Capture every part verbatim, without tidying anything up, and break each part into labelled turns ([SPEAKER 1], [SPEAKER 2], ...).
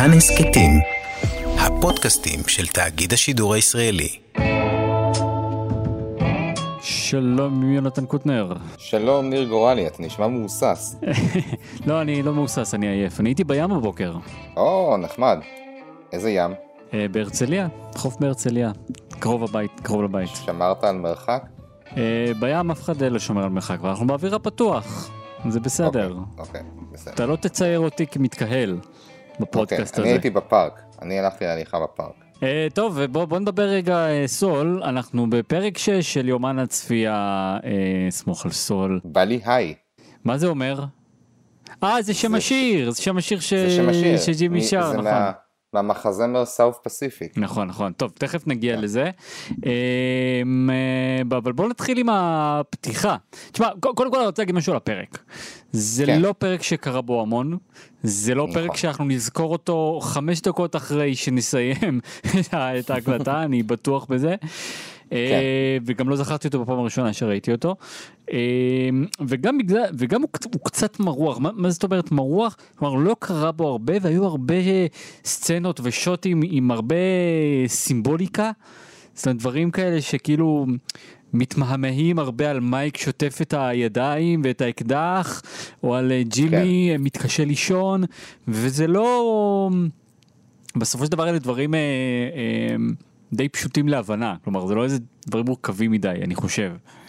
[SPEAKER 1] כאן הסכתים, הפודקאסטים של תאגיד השידור הישראלי.
[SPEAKER 2] שלום יונתן קוטנר.
[SPEAKER 3] שלום ניר גורלי, אתה נשמע מאוסס.
[SPEAKER 2] לא, אני לא מאוסס, אני עייף. אני הייתי בים בבוקר.
[SPEAKER 3] או, נחמד. איזה ים?
[SPEAKER 2] אה, בהרצליה, חוף בהרצליה. קרוב הבית, קרוב לבית.
[SPEAKER 3] שמרת על מרחק?
[SPEAKER 2] אה, בים אף אחד לא שומר על מרחק, ואנחנו באוויר הפתוח. זה בסדר.
[SPEAKER 3] אוקיי, אוקיי, בסדר.
[SPEAKER 2] אתה לא תצייר אותי כמתקהל בפודקאסט
[SPEAKER 3] אוקיי,
[SPEAKER 2] הזה.
[SPEAKER 3] אני הייתי בפארק. אני הלכתי להליכה בפארק.
[SPEAKER 2] Uh, טוב, בוא, בוא נדבר רגע uh, סול, אנחנו בפרק שש של יומן הצפייה uh, סמוך על סול.
[SPEAKER 3] בא לי היי.
[SPEAKER 2] מה זה אומר? אה, זה שם השיר, זה שם השיר ש... שג'ימי שר, נכון.
[SPEAKER 3] זה מה... מהמחזמר סאוף פסיפיק.
[SPEAKER 2] נכון, נכון. טוב, תכף נגיע לזה. אבל בואו נתחיל עם הפתיחה. תשמע, קודם כל אני רוצה להגיד משהו על הפרק. זה לא פרק שקרה בו המון, זה לא פרק שאנחנו נזכור אותו חמש דקות אחרי שנסיים את ההקלטה, אני בטוח בזה. וגם לא זכרתי אותו בפעם הראשונה שראיתי אותו. וגם בגלל, וגם הוא, הוא קצת מרוח. מה, מה זאת אומרת מרוח? כלומר, לא קרה בו הרבה, והיו הרבה סצנות ושוטים עם הרבה סימבוליקה. זאת אומרת, דברים כאלה שכאילו מתמהמהים הרבה על מייק שוטף את הידיים ואת האקדח, או על ג'ימי כן. מתקשה לישון, וזה לא... בסופו של דבר אלה דברים... אה, אה, די פשוטים להבנה, כלומר זה לא איזה דברים מורכבים מדי, אני חושב.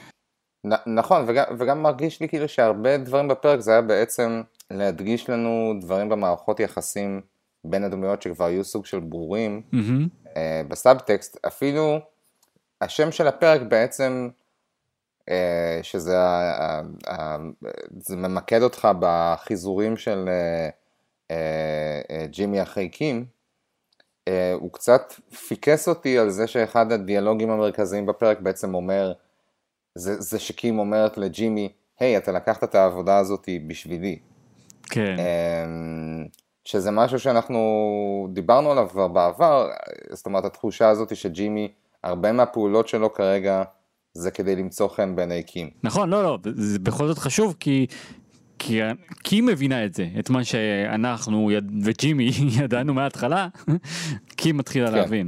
[SPEAKER 3] נכון, וגם, וגם מרגיש לי כאילו שהרבה דברים בפרק זה היה בעצם להדגיש לנו דברים במערכות יחסים בין הדמויות שכבר היו סוג של ברורים, mm-hmm. uh, בסאבטקסט, אפילו השם של הפרק בעצם, uh, שזה uh, uh, uh, זה ממקד אותך בחיזורים של uh, uh, uh, ג'ימי אחרי קים, Uh, הוא קצת פיקס אותי על זה שאחד הדיאלוגים המרכזיים בפרק בעצם אומר, זה, זה שקים אומרת לג'ימי, היי, אתה לקחת את העבודה הזאת בשבילי.
[SPEAKER 2] כן.
[SPEAKER 3] Um, שזה משהו שאנחנו דיברנו עליו כבר בעבר, זאת אומרת, התחושה הזאת שג'ימי, הרבה מהפעולות שלו כרגע, זה כדי למצוא חן בעיני קים.
[SPEAKER 2] נכון, לא, לא, זה בכל זאת חשוב, כי... כי, כי היא מבינה את זה, את מה שאנחנו וג'ימי ידענו מההתחלה, כי היא מתחילה כן. להבין.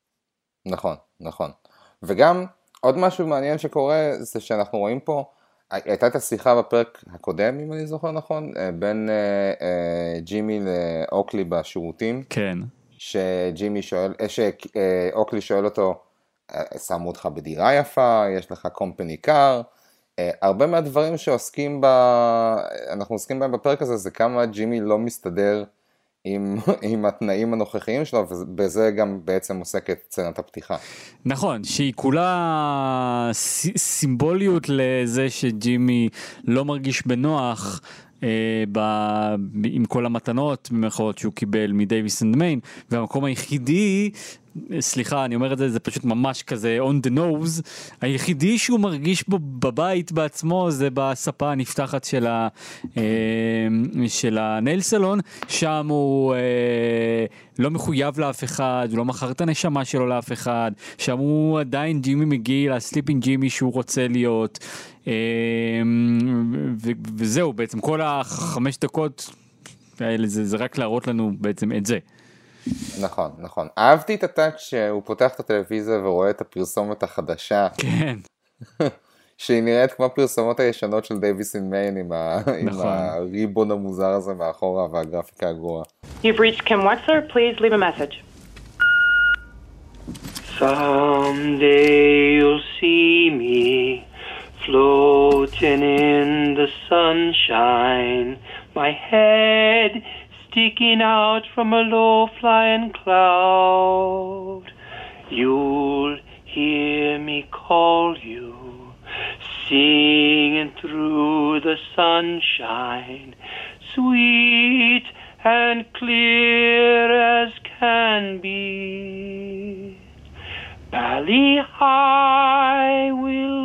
[SPEAKER 2] נכון,
[SPEAKER 3] נכון. וגם עוד משהו מעניין שקורה, זה שאנחנו רואים פה, הייתה את השיחה בפרק הקודם, אם אני זוכר נכון, בין אה, אה, ג'ימי לאוקלי בשירותים.
[SPEAKER 2] כן.
[SPEAKER 3] שג'ימי שואל, שאוקלי שואל אותו, שמו אותך בדירה יפה, יש לך קומפני קאר, הרבה מהדברים שעוסקים ב... אנחנו עוסקים בהם בפרק הזה, זה כמה ג'ימי לא מסתדר עם, עם התנאים הנוכחיים שלו, ובזה גם בעצם עוסקת סצנת הפתיחה.
[SPEAKER 2] נכון, שהיא כולה סימבוליות לזה שג'ימי לא מרגיש בנוח, אה, ב... עם כל המתנות במרכאות שהוא קיבל מדייוויס אנד מיין, והמקום היחידי, סליחה, אני אומר את זה, זה פשוט ממש כזה on the nose, היחידי שהוא מרגיש בו בבית בעצמו, זה בספה הנפתחת של, ה, אה, של הנייל סלון, שם הוא אה, לא מחויב לאף אחד, הוא לא מכר את הנשמה שלו לאף אחד, שם הוא עדיין ג'ימי מגיע, הסליפינג ג'ימי שהוא רוצה להיות, אה, ו, וזהו בעצם, כל החמש דקות האלה, זה, זה רק להראות לנו בעצם את זה.
[SPEAKER 3] נכון, נכון. אהבתי את הטאץ' שהוא פותח את הטלוויזיה ורואה את הפרסומת החדשה.
[SPEAKER 2] כן.
[SPEAKER 3] שהיא נראית כמו הפרסומות הישנות של דייוויס אנד מיין עם, ה... נכון. עם הריבון המוזר הזה מאחורה והגרפיקה הגרועה.
[SPEAKER 4] You've reached Kim Wexler, please leave a message.
[SPEAKER 5] Someday you'll see me floating in the sunshine, my head sticking out from a low-flying cloud. You'll hear me call you, singing through the sunshine, sweet and clear as can be. Bally high will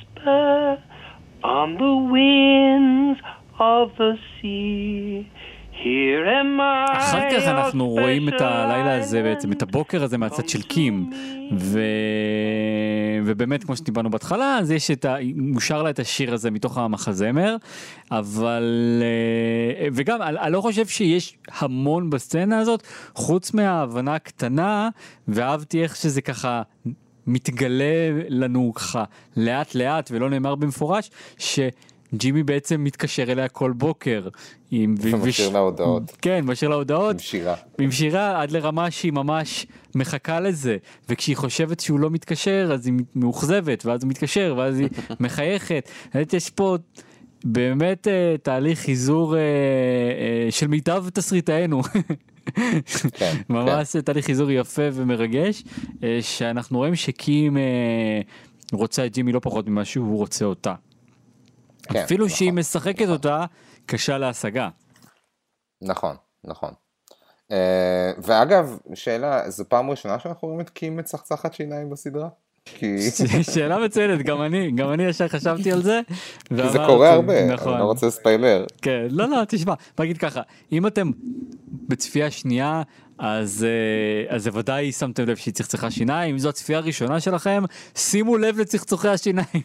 [SPEAKER 5] whisper on the winds of the sea, Here am I.
[SPEAKER 2] אחר כך אנחנו רואים את הלילה הזה בעצם, את הבוקר הזה מהצד של קים, ו... ובאמת כמו שדיברנו בהתחלה, אז יש את ה... מושר לה את השיר הזה מתוך המחזמר, אבל... וגם, אני לא חושב שיש המון בסצנה הזאת, חוץ מההבנה הקטנה, ואהבתי איך שזה ככה... מתגלה לנו ככה לאט לאט ולא נאמר במפורש שג'ימי בעצם מתקשר אליה כל בוקר עם
[SPEAKER 3] ומשאיר לה הודעות.
[SPEAKER 2] כן, משאיר לה הודעות.
[SPEAKER 3] עם שירה.
[SPEAKER 2] עם שירה עד לרמה שהיא ממש מחכה לזה, וכשהיא חושבת שהוא לא מתקשר אז היא מאוכזבת ואז הוא מתקשר ואז היא מחייכת. יש פה באמת uh, תהליך חיזור uh, uh, של מיטב תסריטאינו.
[SPEAKER 3] כן,
[SPEAKER 2] ממש
[SPEAKER 3] כן.
[SPEAKER 2] תהליך חיזור יפה ומרגש, uh, שאנחנו רואים שקים uh, רוצה את ג'ימי לא פחות ממה שהוא רוצה אותה.
[SPEAKER 3] כן,
[SPEAKER 2] אפילו
[SPEAKER 3] נכון,
[SPEAKER 2] שהיא משחקת
[SPEAKER 3] נכון.
[SPEAKER 2] אותה קשה להשגה.
[SPEAKER 3] נכון, נכון. Uh, ואגב, שאלה, זו פעם ראשונה שאנחנו רואים את קים מצחצחת שיניים בסדרה? כי...
[SPEAKER 2] שאלה מצוינת, גם אני, גם אני ישר חשבתי על זה.
[SPEAKER 3] כי זה קורה הרבה,
[SPEAKER 2] נכון.
[SPEAKER 3] אני לא רוצה ספיילר.
[SPEAKER 2] כן, לא, לא, תשמע, בוא נגיד ככה, אם אתם בצפייה שנייה, אז, אז זה ודאי שמתם לב שהיא צחצחה שיניים, אם זו הצפייה הראשונה שלכם, שימו לב לצחצוחי השיניים.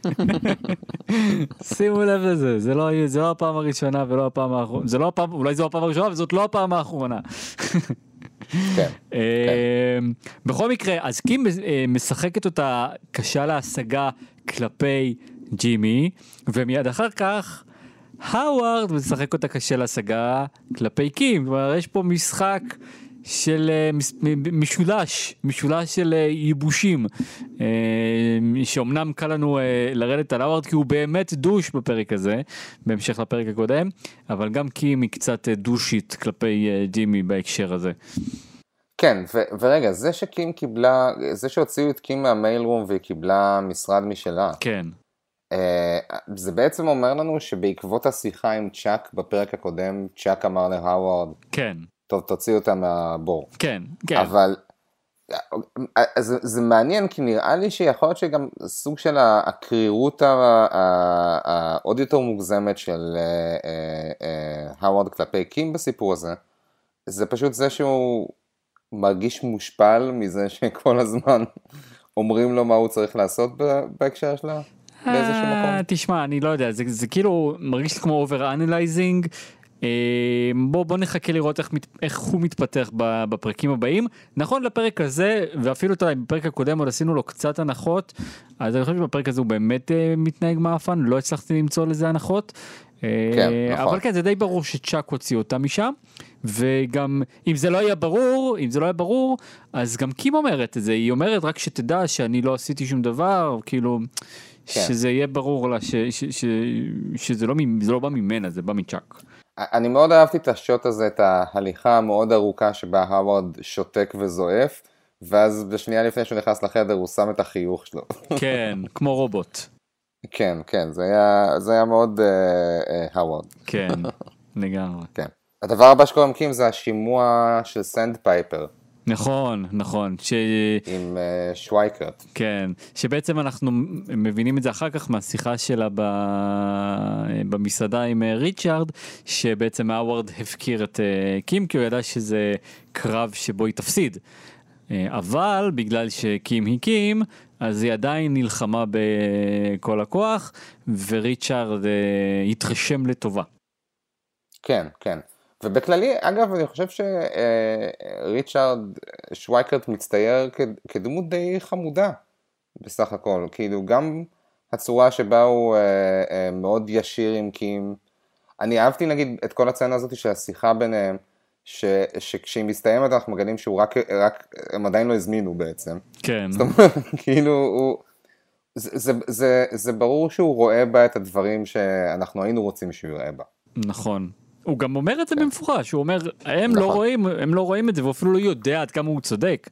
[SPEAKER 2] שימו לב לזה, זה לא, זה לא הפעם הראשונה ולא הפעם האחרונה, זה לא הפעם, אולי זו הפעם הראשונה, וזאת לא הפעם האחרונה.
[SPEAKER 3] כן,
[SPEAKER 2] בכל מקרה, אז קים משחקת אותה קשה להשגה כלפי ג'ימי, ומיד אחר כך האווארד משחק אותה קשה להשגה כלפי קים. כלומר, יש פה משחק של משולש, משולש של ייבושים, שאומנם קל לנו לרדת על האווארד, כי הוא באמת דוש בפרק הזה, בהמשך לפרק הקודם, אבל גם קים היא קצת דושית כלפי ג'ימי בהקשר הזה.
[SPEAKER 3] כן, ו- ורגע, זה שקים קיבלה, זה שהוציאו את קים מהמייל רום והיא קיבלה משרד משלה,
[SPEAKER 2] כן.
[SPEAKER 3] זה בעצם אומר לנו שבעקבות השיחה עם צ'אק בפרק הקודם, צ'אק אמר להאווארד,
[SPEAKER 2] כן.
[SPEAKER 3] טוב, תוציא אותה מהבור.
[SPEAKER 2] כן, כן.
[SPEAKER 3] אבל זה, זה מעניין, כי נראה לי שיכול להיות שגם סוג של הקרירות העוד יותר מוגזמת של האווארד כלפי קים בסיפור הזה, זה פשוט זה שהוא מרגיש מושפל מזה שכל הזמן אומרים לו מה הוא צריך לעשות בהקשר שלה, באיזשהו מקום.
[SPEAKER 2] תשמע, אני לא יודע, זה, זה כאילו מרגיש לי כמו over-analyzing. בוא, בוא נחכה לראות איך, איך הוא מתפתח בפרקים הבאים. נכון, לפרק הזה, ואפילו בפרק הקודם עוד עשינו לו קצת הנחות, אז אני חושב שבפרק הזה הוא באמת מתנהג מאפן, לא הצלחתי למצוא לזה הנחות.
[SPEAKER 3] כן, נכון.
[SPEAKER 2] אבל כן, זה די ברור שצ'אק הוציא אותה משם, וגם אם זה לא היה ברור, אם זה לא היה ברור, אז גם קים אומרת את זה, היא אומרת רק שתדע שאני לא עשיתי שום דבר, כאילו, כן. שזה יהיה ברור לה, ש, ש, ש, שזה לא, זה לא בא ממנה, זה בא מצ'אק.
[SPEAKER 3] אני מאוד אהבתי את השוט הזה, את ההליכה המאוד ארוכה שבה האווארד שותק וזועף, ואז בשנייה לפני שהוא נכנס לחדר הוא שם את החיוך שלו.
[SPEAKER 2] כן, כמו רובוט.
[SPEAKER 3] כן, כן, זה היה, זה היה מאוד האווארד. Uh, uh,
[SPEAKER 2] כן, לגמרי.
[SPEAKER 3] כן. הדבר הבא שקוראים קים זה השימוע של סנד פייפר.
[SPEAKER 2] נכון, נכון. ש...
[SPEAKER 3] עם uh, שווייקרט.
[SPEAKER 2] כן, שבעצם אנחנו מבינים את זה אחר כך מהשיחה שלה ב... במסעדה עם ריצ'ארד, שבעצם האווארד הפקיר את uh, קים, כי הוא ידע שזה קרב שבו היא תפסיד. Uh, אבל בגלל שקים היא קים, אז היא עדיין נלחמה בכל הכוח, וריצ'ארד uh, התרשם לטובה.
[SPEAKER 3] כן, כן. ובכללי, אגב, אני חושב שריצ'ארד שווייקרט מצטייר כדמות די חמודה, בסך הכל. כאילו, גם הצורה שבה הוא מאוד ישיר עם קים. אני אהבתי, נגיד, את כל הצענה הזאת של השיחה ביניהם, שכשהיא מסתיימת אנחנו מגלים שהוא רק, רק, הם עדיין לא הזמינו בעצם.
[SPEAKER 2] כן.
[SPEAKER 3] זאת אומרת, כאילו, הוא, זה, זה, זה, זה ברור שהוא רואה בה את הדברים שאנחנו היינו רוצים שהוא יראה בה.
[SPEAKER 2] נכון. הוא גם אומר את זה במפורש, הוא אומר, הם לא רואים, הם לא רואים את זה, ואפילו לא יודע עד כמה הוא צודק.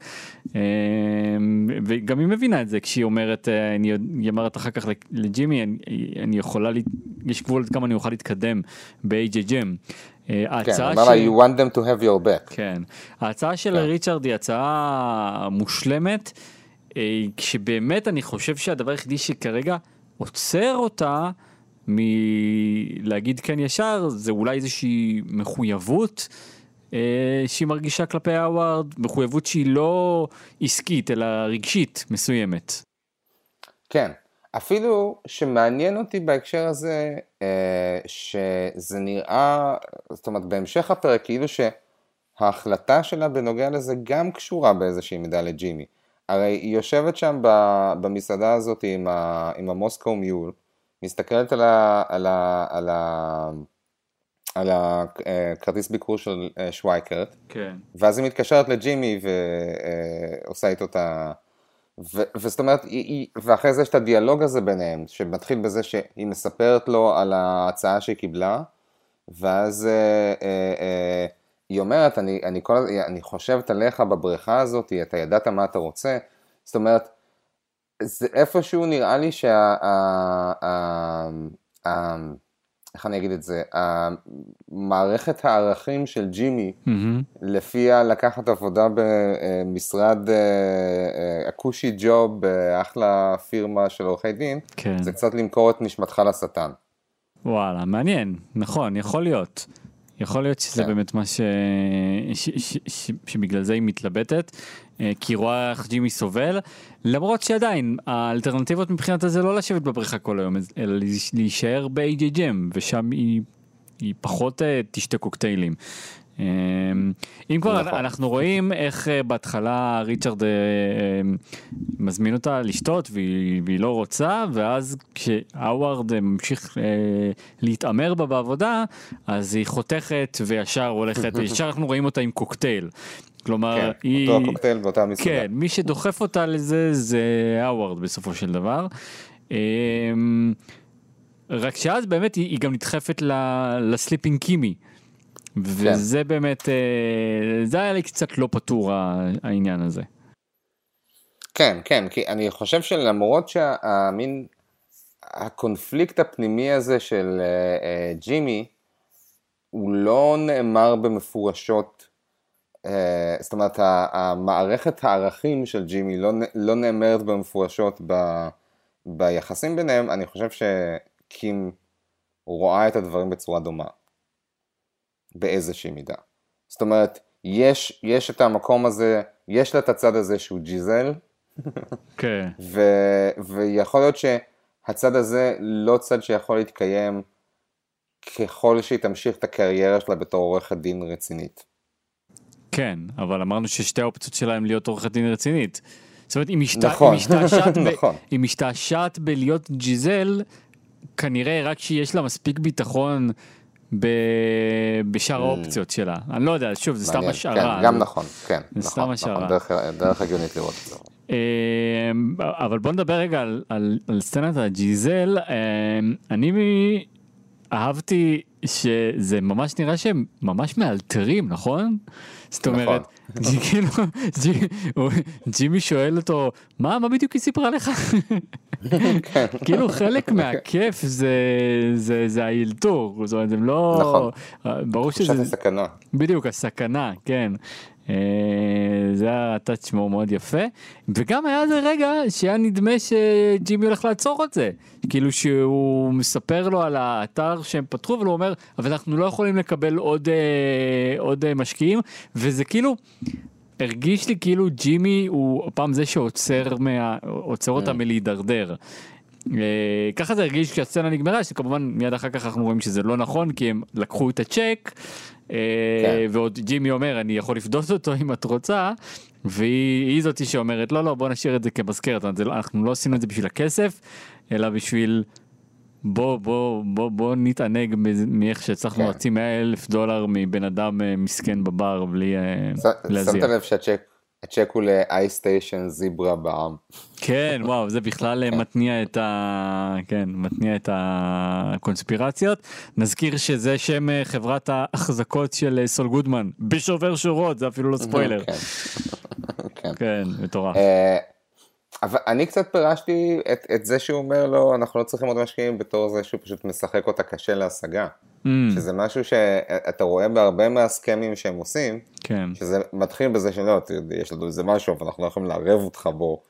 [SPEAKER 2] וגם היא מבינה את זה, כשהיא אומרת, היא אמרת אחר כך לג'ימי, אני יכולה, יש גבול עד כמה אני אוכל להתקדם ב-איי ג'יי ג'ם.
[SPEAKER 3] כן, אמרה, you want them to have your back.
[SPEAKER 2] כן, ההצעה של ריצ'ארד היא הצעה מושלמת, כשבאמת אני חושב שהדבר היחידי שכרגע עוצר אותה, מלהגיד כן ישר, זה אולי איזושהי מחויבות אה, שהיא מרגישה כלפי האווארד, מחויבות שהיא לא עסקית, אלא רגשית מסוימת.
[SPEAKER 3] כן, אפילו שמעניין אותי בהקשר הזה, אה, שזה נראה, זאת אומרת, בהמשך הפרק, כאילו שההחלטה שלה בנוגע לזה גם קשורה באיזושהי מידה לג'ימי. הרי היא יושבת שם במסעדה הזאת עם, ה, עם המוסקו מיול, מסתכלת על ה, על ה, על ה, על הכרטיס ביקור של שווייקרט,
[SPEAKER 2] כן.
[SPEAKER 3] ואז היא מתקשרת לג'ימי ועושה איתו את ה... וזאת אומרת, ואחרי זה יש את הדיאלוג הזה ביניהם, שמתחיל בזה שהיא מספרת לו על ההצעה שהיא קיבלה, ואז היא אומרת, אני, אני, כל, אני חושבת עליך בבריכה הזאת, אתה ידעת מה אתה רוצה, זאת אומרת, זה איפשהו נראה לי שה... איך אני אגיד את זה, מערכת הערכים של ג'ימי, לפיה לקחת עבודה במשרד אקושי ג'וב, באחלה פירמה של עורכי דין, זה קצת למכור את נשמתך לשטן.
[SPEAKER 2] וואלה, מעניין, נכון, יכול להיות. יכול להיות שזה באמת מה ש... שבגלל זה היא מתלבטת, כי היא רואה איך ג'ימי סובל, למרות שעדיין, האלטרנטיבות מבחינת הזה לא לשבת בבריכה כל היום, אלא להישאר ב-איי ג'יי ג'ם, ושם היא, היא פחות תשתה קוקטיילים. אם כבר אנחנו רואים איך בהתחלה ריצ'רד מזמין אותה לשתות והיא לא רוצה, ואז כשהאווארד ממשיך להתאמר בה בעבודה, אז היא חותכת וישר הולכת, וישר אנחנו רואים אותה עם קוקטייל. כלומר,
[SPEAKER 3] היא... אותו הקוקטייל באותה מסעדה.
[SPEAKER 2] כן, מי שדוחף אותה לזה זה האווארד בסופו של דבר. רק שאז באמת היא גם נדחפת לסליפינג קימי. וזה באמת, זה היה לי קצת לא פתור העניין הזה.
[SPEAKER 3] כן, כן, כי אני חושב שלמרות שהמין, הקונפליקט הפנימי הזה של ג'ימי, הוא לא נאמר במפורשות, זאת אומרת, המערכת הערכים של ג'ימי לא, לא נאמרת במפורשות ב, ביחסים ביניהם, אני חושב שקים רואה את הדברים בצורה דומה. באיזושהי מידה. זאת אומרת, יש, יש את המקום הזה, יש לה את הצד הזה שהוא ג'יזל,
[SPEAKER 2] כן.
[SPEAKER 3] ו, ויכול להיות שהצד הזה לא צד שיכול להתקיים ככל שהיא תמשיך את הקריירה שלה בתור עורכת דין רצינית.
[SPEAKER 2] כן, אבל אמרנו ששתי האופציות שלה הם להיות עורכת דין רצינית. זאת אומרת, אם
[SPEAKER 3] נכון,
[SPEAKER 2] היא משתעשעת בלהיות ג'יזל, כנראה רק שיש לה מספיק ביטחון בשאר האופציות שלה. אני לא יודע, שוב, זה סתם השערה.
[SPEAKER 3] גם נכון, כן.
[SPEAKER 2] זה סתם השערה.
[SPEAKER 3] דרך הגיונית לראות את זה.
[SPEAKER 2] אבל בוא נדבר רגע על סצנת הג'יזל. אני אהבתי שזה ממש נראה שהם ממש מאלתרים, נכון? זאת אומרת, ג'ימי שואל אותו, מה, מה בדיוק היא סיפרה לך? כאילו חלק מהכיף זה האילתור, זאת אומרת, הם לא...
[SPEAKER 3] נכון,
[SPEAKER 2] ברור שזה...
[SPEAKER 3] תחושת הסכנה.
[SPEAKER 2] בדיוק, הסכנה, כן. זה היה טאץ' מאוד יפה, וגם היה זה רגע שהיה נדמה שג'ימי הולך לעצור את זה, כאילו שהוא מספר לו על האתר שהם פתחו, והוא אומר, אבל אנחנו לא יכולים לקבל עוד, עוד משקיעים, וזה כאילו, הרגיש לי כאילו ג'ימי הוא פעם זה שעוצר מה, עוצר אותה מלהידרדר. ככה זה הרגיש כשהסצנה נגמרה, שכמובן מיד אחר כך אנחנו רואים שזה לא נכון, כי הם לקחו את הצ'ק, ועוד ג'ימי אומר, אני יכול לפדות אותו אם את רוצה, והיא זאתי שאומרת, לא, לא, בוא נשאיר את זה כמזכרת, אנחנו לא עשינו את זה בשביל הכסף, אלא בשביל, בוא, בוא, בוא, בוא נתענג מאיך שהצלחנו להוציא מאה אלף דולר מבן אדם מסכן בבר, בלי להזיע.
[SPEAKER 3] שמת לב שהצ'ק, הצ'ק הוא לאי-סטיישן זיברה בעם.
[SPEAKER 2] כן, וואו, זה בכלל מתניע את ה... כן, מתניע את הקונספירציות. נזכיר שזה שם חברת ההחזקות של סול גודמן, בשובר שורות, זה אפילו לא ספוילר.
[SPEAKER 3] כן.
[SPEAKER 2] כן, מטורף.
[SPEAKER 3] אבל אני קצת פירשתי את, את זה שהוא אומר לו, אנחנו לא צריכים עוד משקיעים בתור זה שהוא פשוט משחק אותה קשה להשגה. Mm. שזה משהו שאתה רואה בהרבה מהסכמים שהם עושים,
[SPEAKER 2] כן.
[SPEAKER 3] שזה מתחיל בזה שלא, יש לנו איזה משהו, אבל אנחנו לא יכולים לערב אותך בו,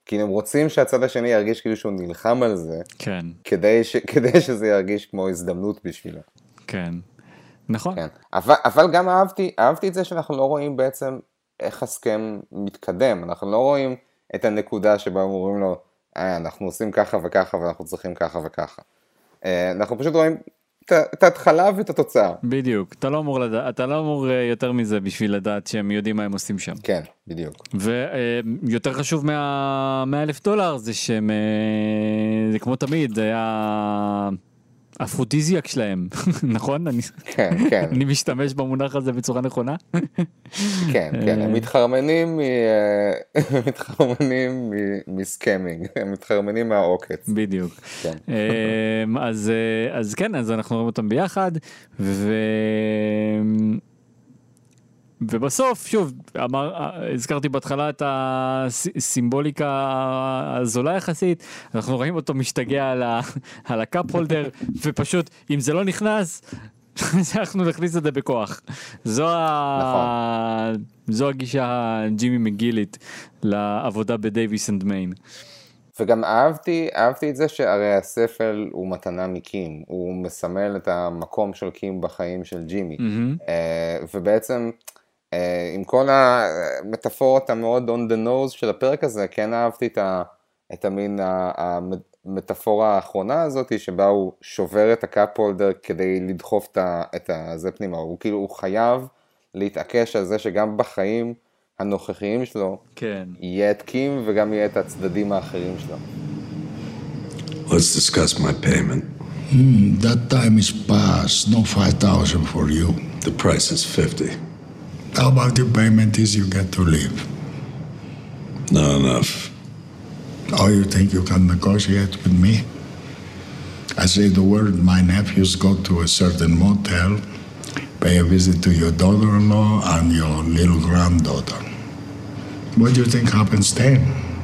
[SPEAKER 3] כי הם רוצים שהצד השני ירגיש כאילו שהוא נלחם על זה,
[SPEAKER 2] כן.
[SPEAKER 3] כדי, ש, כדי שזה ירגיש כמו הזדמנות בשבילה.
[SPEAKER 2] כן, נכון. כן.
[SPEAKER 3] אבל, אבל גם אהבתי, אהבתי את זה שאנחנו לא רואים בעצם איך הסכם מתקדם, אנחנו לא רואים את הנקודה שבה אומרים לו, אה, אנחנו עושים ככה וככה ואנחנו צריכים ככה וככה. אנחנו פשוט רואים את ההתחלה ואת התוצאה.
[SPEAKER 2] בדיוק, אתה לא אמור לדעת, אתה לא אמור יותר מזה בשביל לדעת שהם יודעים מה הם עושים שם.
[SPEAKER 3] כן, בדיוק.
[SPEAKER 2] ויותר חשוב מה אלף דולר זה שהם, זה כמו תמיד, זה היה אפרודיזיאק שלהם, נכון?
[SPEAKER 3] כן, כן.
[SPEAKER 2] אני משתמש במונח הזה בצורה נכונה?
[SPEAKER 3] כן, כן, הם מתחרמנים מתחרמנים מסקמינג, הם מתחרמנים מהעוקץ.
[SPEAKER 2] בדיוק. אז אז כן, אז אנחנו רואים אותם ביחד, ו... ובסוף, שוב, אמר, הזכרתי בהתחלה את הסימבוליקה הזולה יחסית, אנחנו רואים אותו משתגע על, ה, על הקאפ הולדר, ופשוט, אם זה לא נכנס, אנחנו נכניס את זה בכוח. זו, ה... זו הגישה ג'ימי מגילית לעבודה בדייוויס אנד מיין.
[SPEAKER 3] וגם אהבתי, אהבתי את זה שהרי הספל הוא מתנה מקים, הוא מסמל את המקום של קים בחיים של ג'ימי, mm-hmm. ובעצם עם כל המטאפורות המאוד on the nose של הפרק הזה, כן אהבתי את, ה, את המין המטאפורה האחרונה הזאת, שבה הוא שובר את הקאפ הולדר כדי לדחוף את זה פנימה, הוא כאילו הוא חייב להתעקש על זה שגם בחיים הנוכחיים שלו,
[SPEAKER 2] כן.
[SPEAKER 3] יהיה את קים וגם יהיה את הצדדים האחרים שלו.
[SPEAKER 6] Let's discuss my payment.
[SPEAKER 7] Hmm, that time is past. No five thousand for you.
[SPEAKER 6] The price is fifty.
[SPEAKER 7] How about the payment is you get to leave?
[SPEAKER 6] Not enough.
[SPEAKER 7] Oh, you think you can negotiate with me? I say the word, my nephews go to a certain motel, pay a visit to your daughter-in-law and your little granddaughter. What do you think happens then?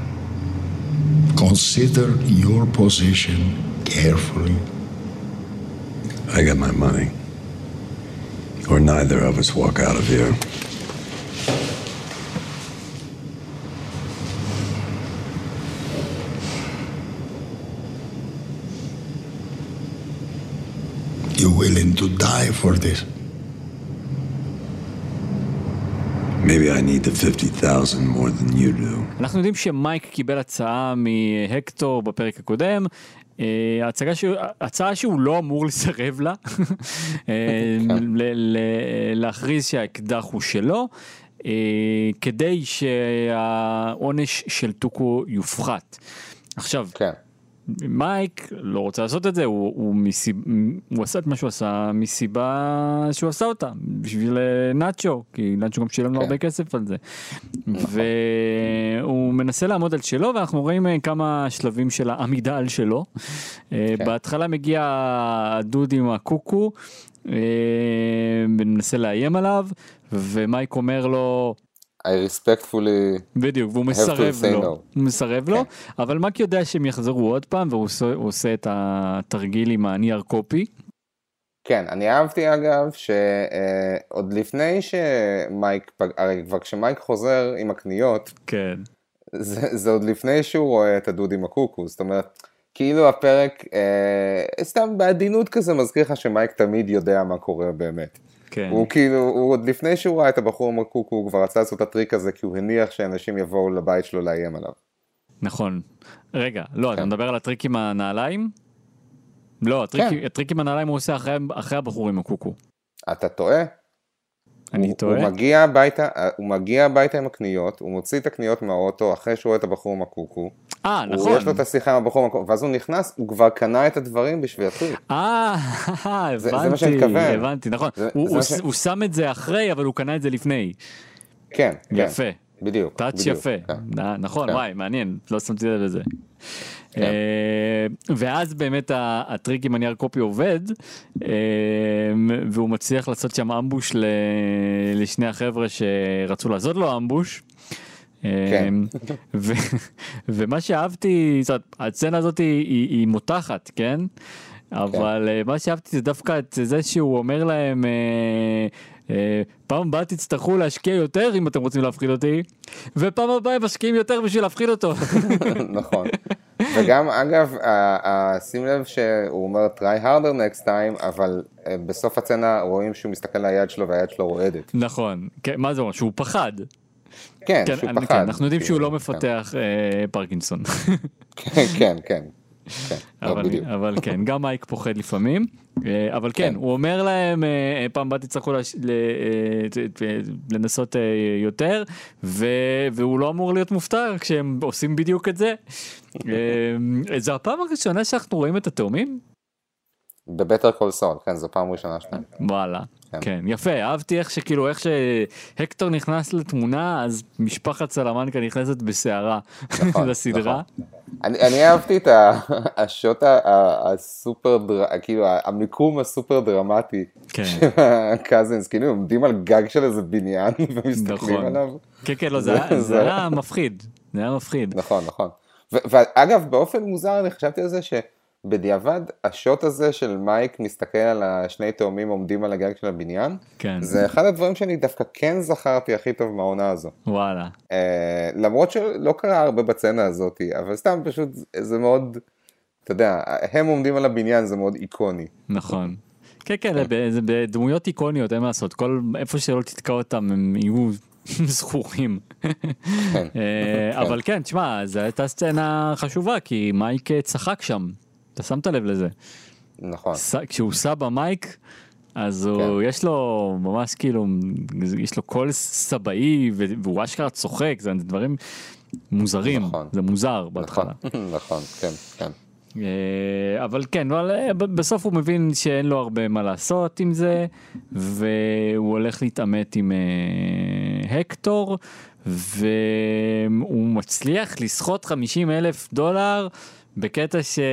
[SPEAKER 7] Consider your position carefully.
[SPEAKER 6] I got my money. Or neither of us walk out of here.
[SPEAKER 7] You willing to die for this?
[SPEAKER 6] Maybe I need the fifty thousand more than you do.
[SPEAKER 2] אנחנו יודעים שמייק קיבל הצעה מהקטור בפרק הקודם, הצעה שהוא, הצעה שהוא לא אמור לסרב לה, להכריז שהאקדח הוא שלו, כדי שהעונש של טוקו יופחת. עכשיו, מייק לא רוצה לעשות את זה, הוא, הוא, מסיב, הוא עשה את מה שהוא עשה מסיבה שהוא עשה אותה, בשביל נאצ'ו, כי נאצ'ו גם שילם לו הרבה כסף על זה. והוא מנסה לעמוד על שלו, ואנחנו רואים כמה שלבים של העמידה על שלו. בהתחלה מגיע הדוד עם הקוקו, ומנסה לאיים עליו, ומייק אומר לו,
[SPEAKER 3] I respectfully
[SPEAKER 2] בדיוק, והוא מסרב לו, no. הוא מסרב לו, אבל מק יודע שהם יחזרו עוד פעם, והוא עושה, עושה את התרגיל עם הנייר קופי.
[SPEAKER 3] כן, אני אהבתי אגב, שעוד לפני שמייק, הרי כבר כשמייק חוזר עם הקניות,
[SPEAKER 2] כן.
[SPEAKER 3] זה, זה עוד לפני שהוא רואה את הדוד עם הקוקו, זאת אומרת, כאילו הפרק, אה, סתם בעדינות כזה מזכיר לך שמייק תמיד יודע מה קורה באמת.
[SPEAKER 2] כן.
[SPEAKER 3] הוא כאילו, הוא עוד לפני שהוא ראה את הבחור עם הקוקו, הוא כבר רצה לעשות את הטריק הזה, כי הוא הניח שאנשים יבואו לבית שלו לאיים עליו.
[SPEAKER 2] נכון. רגע, לא, כן. אתה מדבר על הטריק עם הנעליים? לא, הטריק, כן. הטריק עם הנעליים הוא עושה אחרי, אחרי הבחור עם הקוקו.
[SPEAKER 3] אתה טועה?
[SPEAKER 2] אני
[SPEAKER 3] הוא,
[SPEAKER 2] טועה?
[SPEAKER 3] הוא מגיע הביתה, הוא מגיע הביתה עם הקניות, הוא מוציא את הקניות מהאוטו, אחרי שהוא רואה את הבחור עם הקוקו.
[SPEAKER 2] אה, נכון.
[SPEAKER 3] יש לו את השיחה עם הבחור עם הקוקו, ואז הוא נכנס, הוא כבר קנה את הדברים בשביל הטריק.
[SPEAKER 2] אה, הבנתי,
[SPEAKER 3] זה, זה מה שאני מתכוון.
[SPEAKER 2] הבנתי, נכון.
[SPEAKER 3] זה,
[SPEAKER 2] הוא,
[SPEAKER 3] זה
[SPEAKER 2] הוא,
[SPEAKER 3] ש...
[SPEAKER 2] הוא שם את זה אחרי, אבל הוא קנה את זה לפני.
[SPEAKER 3] כן,
[SPEAKER 2] יפה.
[SPEAKER 3] כן. בדיוק.
[SPEAKER 2] טאץ'
[SPEAKER 3] בדיוק,
[SPEAKER 2] יפה.
[SPEAKER 3] כן.
[SPEAKER 2] נכון,
[SPEAKER 3] כן.
[SPEAKER 2] וואי, מעניין, לא שמתי לב לזה.
[SPEAKER 3] כן.
[SPEAKER 2] ואז באמת הטריק עם הנייר קופי עובד, והוא מצליח לעשות שם אמבוש לשני החבר'ה שרצו לעשות לו אמבוש.
[SPEAKER 3] כן.
[SPEAKER 2] ומה שאהבתי, הסצנה הזאת היא מותחת, כן? אבל כן. מה שאהבתי זה דווקא את זה שהוא אומר להם, אה, אה, פעם הבאה תצטרכו להשקיע יותר אם אתם רוצים להפחיד אותי, ופעם הבאה הם משקיעים יותר בשביל להפחיד אותו.
[SPEAKER 3] נכון. וגם אגב, שים לב שהוא אומר try harder next time, אבל בסוף הצנה רואים שהוא מסתכל על היד שלו והיד שלו רועדת.
[SPEAKER 2] נכון, מה זה אומר? שהוא פחד.
[SPEAKER 3] כן, שהוא פחד.
[SPEAKER 2] אנחנו יודעים שהוא לא מפתח פרקינסון.
[SPEAKER 3] כן, כן.
[SPEAKER 2] אבל כן, גם מייק פוחד לפעמים, אבל כן, הוא אומר להם, פעם הבאה תצטרכו לנסות יותר, והוא לא אמור להיות מופתע כשהם עושים בדיוק את זה. זו הפעם הראשונה שאנחנו רואים את התאומים?
[SPEAKER 3] בבטר קול סול, כן, זו פעם ראשונה שלהם.
[SPEAKER 2] וואלה, כן, יפה, אהבתי איך שכאילו, איך שהקטור נכנס לתמונה, אז משפחת סלמנקה נכנסת בסערה לסדרה.
[SPEAKER 3] אני אהבתי את השוט הסופר, כאילו, המיקום הסופר דרמטי של הקזינס, כאילו, עומדים על גג של איזה בניין ומסתכלים עליו.
[SPEAKER 2] כן, כן, לא, זה היה מפחיד, זה היה מפחיד.
[SPEAKER 3] נכון, נכון. ואגב, באופן מוזר, אני חשבתי על זה ש... בדיעבד, השוט הזה של מייק מסתכל על השני תאומים עומדים על הגג של הבניין, כן. זה אחד הדברים שאני דווקא כן זכרתי הכי טוב מהעונה הזו.
[SPEAKER 2] וואלה.
[SPEAKER 3] אה, למרות שלא קרה הרבה בצנה הזאת, אבל סתם פשוט זה מאוד, אתה יודע, הם עומדים על הבניין, זה מאוד איקוני.
[SPEAKER 2] נכון. כן, כן, זה בדמויות איקוניות, אין מה לעשות, כל איפה שלא תתקע אותם, הם יהיו זכורים. אבל כן, תשמע, זו הייתה סצנה חשובה, כי מייק צחק שם. אתה שמת לב לזה.
[SPEAKER 3] נכון.
[SPEAKER 2] כשהוא סע במייק, אז הוא, יש לו ממש כאילו, יש לו קול סבאי, והוא אשכרה צוחק, זה דברים מוזרים, זה מוזר בהתחלה.
[SPEAKER 3] נכון, כן, כן.
[SPEAKER 2] אבל כן, בסוף הוא מבין שאין לו הרבה מה לעשות עם זה, והוא הולך להתעמת עם הקטור, והוא מצליח לסחוט חמישים אלף דולר, בקטע ש...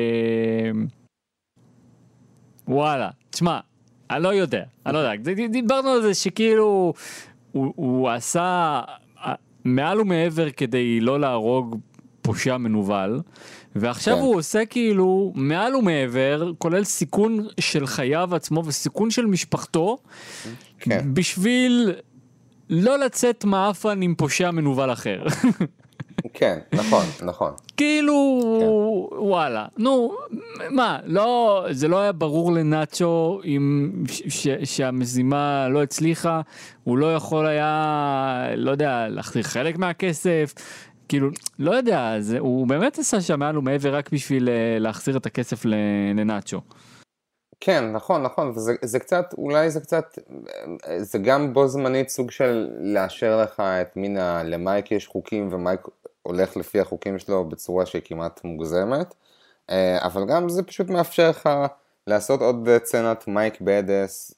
[SPEAKER 2] וואלה, תשמע, אני לא יודע, אני לא יודע, דיברנו על זה שכאילו הוא, הוא עשה מעל ומעבר כדי לא להרוג פושע מנוול, ועכשיו כן. הוא עושה כאילו מעל ומעבר, כולל סיכון של חייו עצמו וסיכון של משפחתו, כן. בשביל לא לצאת מאפן עם פושע מנוול אחר.
[SPEAKER 3] כן, נכון, נכון.
[SPEAKER 2] כאילו, כן. וואלה, נו, מה, לא, זה לא היה ברור לנאצ'ו עם, ש, שהמזימה לא הצליחה, הוא לא יכול היה, לא יודע, להחזיר חלק מהכסף, כאילו, לא יודע, זה, הוא באמת עשה שם מעל ומעבר רק בשביל להחזיר את הכסף לנאצ'ו.
[SPEAKER 3] כן, נכון, נכון, וזה זה קצת, אולי זה קצת, זה גם בו זמנית סוג של לאשר לך את מין ה... למייק יש חוקים ומייק הולך לפי החוקים שלו בצורה שהיא כמעט מוגזמת, אבל גם זה פשוט מאפשר לך לעשות עוד צנת מייק בדס,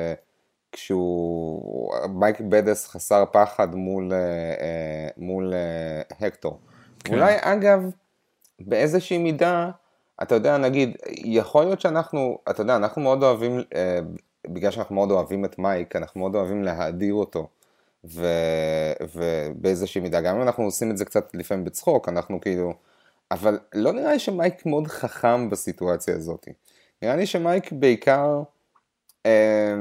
[SPEAKER 3] כשהוא, מייק בדס חסר פחד מול, מול הקטור. כן. אולי אגב, באיזושהי מידה, אתה יודע, נגיד, יכול להיות שאנחנו, אתה יודע, אנחנו מאוד אוהבים, אה, בגלל שאנחנו מאוד אוהבים את מייק, אנחנו מאוד אוהבים להאדיר אותו, ו, ובאיזושהי מידה, גם אם אנחנו עושים את זה קצת לפעמים בצחוק, אנחנו כאילו, אבל לא נראה לי שמייק מאוד חכם בסיטואציה הזאת. נראה לי שמייק בעיקר אה,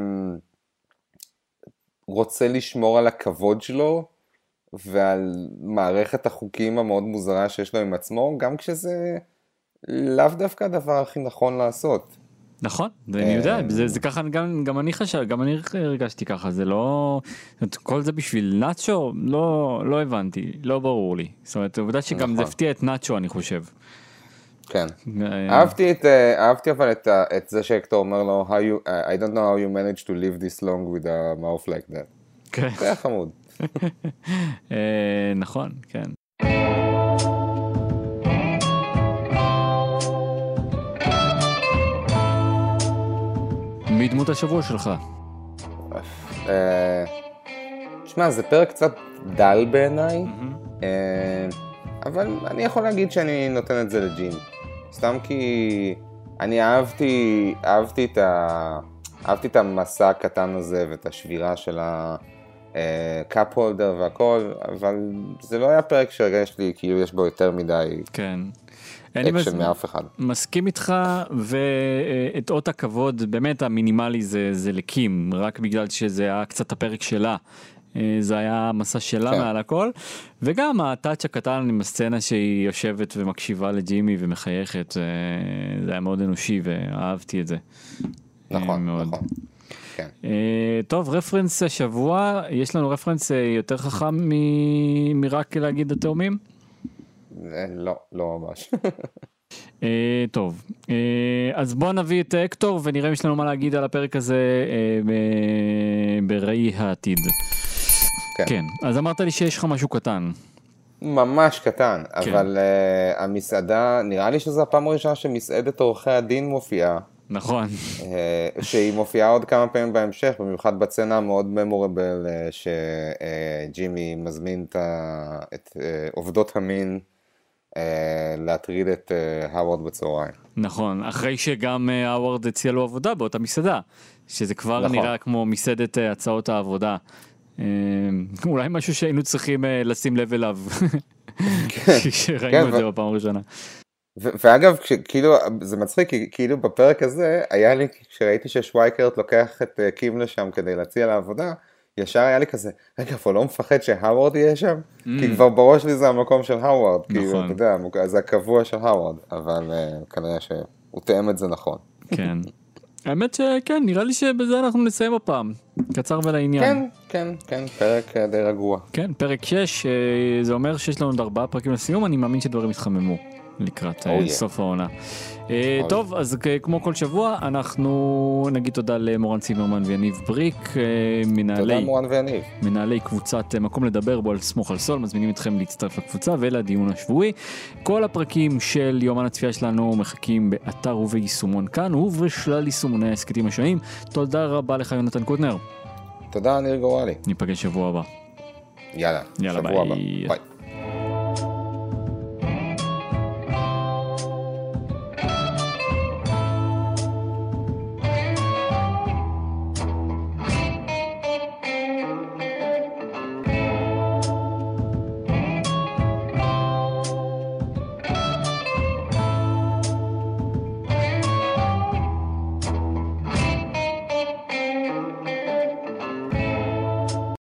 [SPEAKER 3] רוצה לשמור על הכבוד שלו, ועל מערכת החוקים המאוד מוזרה שיש לו עם עצמו, גם כשזה... לאו דווקא הדבר הכי נכון לעשות.
[SPEAKER 2] נכון, אני יודע, זה, זה ככה, גם, גם אני חשב, גם אני הרגשתי ככה, זה לא, כל זה בשביל נאצ'ו, לא, לא הבנתי, לא ברור לי. זאת אומרת, עובדה שגם זה הפתיע את נאצ'ו, אני חושב.
[SPEAKER 3] כן. אהבתי את, אהבתי אבל את, את זה שהקטור אומר לו, how you, I don't know how you managed to live this long with a mouth like that. כן. זה היה חמוד.
[SPEAKER 2] נכון, כן. מי דמות השבוע שלך?
[SPEAKER 3] תשמע, זה פרק קצת דל בעיניי, אבל אני יכול להגיד שאני נותן את זה לג'ין. סתם כי אני אהבתי, אהבתי את ה... אהבתי את המסע הקטן הזה ואת השבירה של הקאפ הולדר והכל, אבל זה לא היה פרק שהרגש לי כאילו יש בו יותר מדי.
[SPEAKER 2] כן.
[SPEAKER 3] אקשן מאף אחד.
[SPEAKER 2] מסכים איתך, ואת אות הכבוד, באמת המינימלי זה, זה לקים, רק בגלל שזה היה קצת הפרק שלה. זה היה מסע שלה כן. מעל הכל, וגם הטאץ' הקטן עם הסצנה שהיא יושבת ומקשיבה לג'ימי ומחייכת, זה היה מאוד אנושי ואהבתי את זה.
[SPEAKER 3] נכון,
[SPEAKER 2] מאוד.
[SPEAKER 3] נכון. כן.
[SPEAKER 2] טוב, רפרנס השבוע, יש לנו רפרנס יותר חכם מ- מרק להגיד התאומים?
[SPEAKER 3] לא, לא ממש.
[SPEAKER 2] טוב, אז בוא נביא את אקטור ונראה אם יש לנו מה להגיד על הפרק הזה בראי העתיד.
[SPEAKER 3] כן.
[SPEAKER 2] כן, אז אמרת לי שיש לך משהו קטן.
[SPEAKER 3] ממש קטן,
[SPEAKER 2] כן.
[SPEAKER 3] אבל uh, המסעדה, נראה לי שזו הפעם הראשונה שמסעדת עורכי הדין מופיעה.
[SPEAKER 2] נכון.
[SPEAKER 3] Uh, שהיא מופיעה עוד כמה פעמים בהמשך, במיוחד בצנה המאוד ממורבל, uh, שג'ימי uh, מזמין את, ה, את uh, עובדות המין uh, להטריד את uh, האוורד בצהריים.
[SPEAKER 2] נכון, אחרי שגם uh, האוורד הציע לו עבודה באותה מסעדה, שזה כבר נכון. נראה כמו מסעדת uh, הצעות העבודה. אולי משהו שהיינו צריכים לשים לב אליו כשראינו את זה בפעם הראשונה.
[SPEAKER 3] ואגב, כאילו, זה מצחיק, כאילו בפרק הזה היה לי, כשראיתי ששווייקרט לוקח את קים לשם כדי להציע לעבודה, ישר היה לי כזה, רגע, אבל לא מפחד שהאוורד יהיה שם? כי כבר בראש לי זה המקום של האוורד, כאילו, אתה יודע, זה הקבוע של האוורד, אבל כנראה שהוא תאם את זה נכון.
[SPEAKER 2] כן. האמת שכן, נראה לי שבזה אנחנו נסיים הפעם. קצר ולעניין.
[SPEAKER 3] כן, כן, כן, פרק די רגוע.
[SPEAKER 2] כן, פרק שש, זה אומר שיש לנו עוד ארבעה פרקים לסיום, אני מאמין שדברים יתחממו לקראת oh, סוף yeah. העונה. Oh, טוב, yeah. אז כמו כל שבוע, אנחנו נגיד תודה למורן צימרמן ויניב בריק, מנהלי,
[SPEAKER 3] תודה מורן ויניב.
[SPEAKER 2] מנהלי קבוצת מקום לדבר בו על סמוך על סול, מזמינים אתכם להצטרף לקבוצה ולדיון השבועי. כל הפרקים של יומן הצפייה שלנו מחכים באתר וביישומון כאן, ובשלל יישומוני ההסכתים השונים. תודה רבה לך יונתן קוטנר.
[SPEAKER 3] תודה ניר גורלי.
[SPEAKER 2] ניפגש שבוע הבא.
[SPEAKER 3] יאללה,
[SPEAKER 2] יאללה
[SPEAKER 3] שבוע
[SPEAKER 2] ביי.
[SPEAKER 3] הבא. ביי.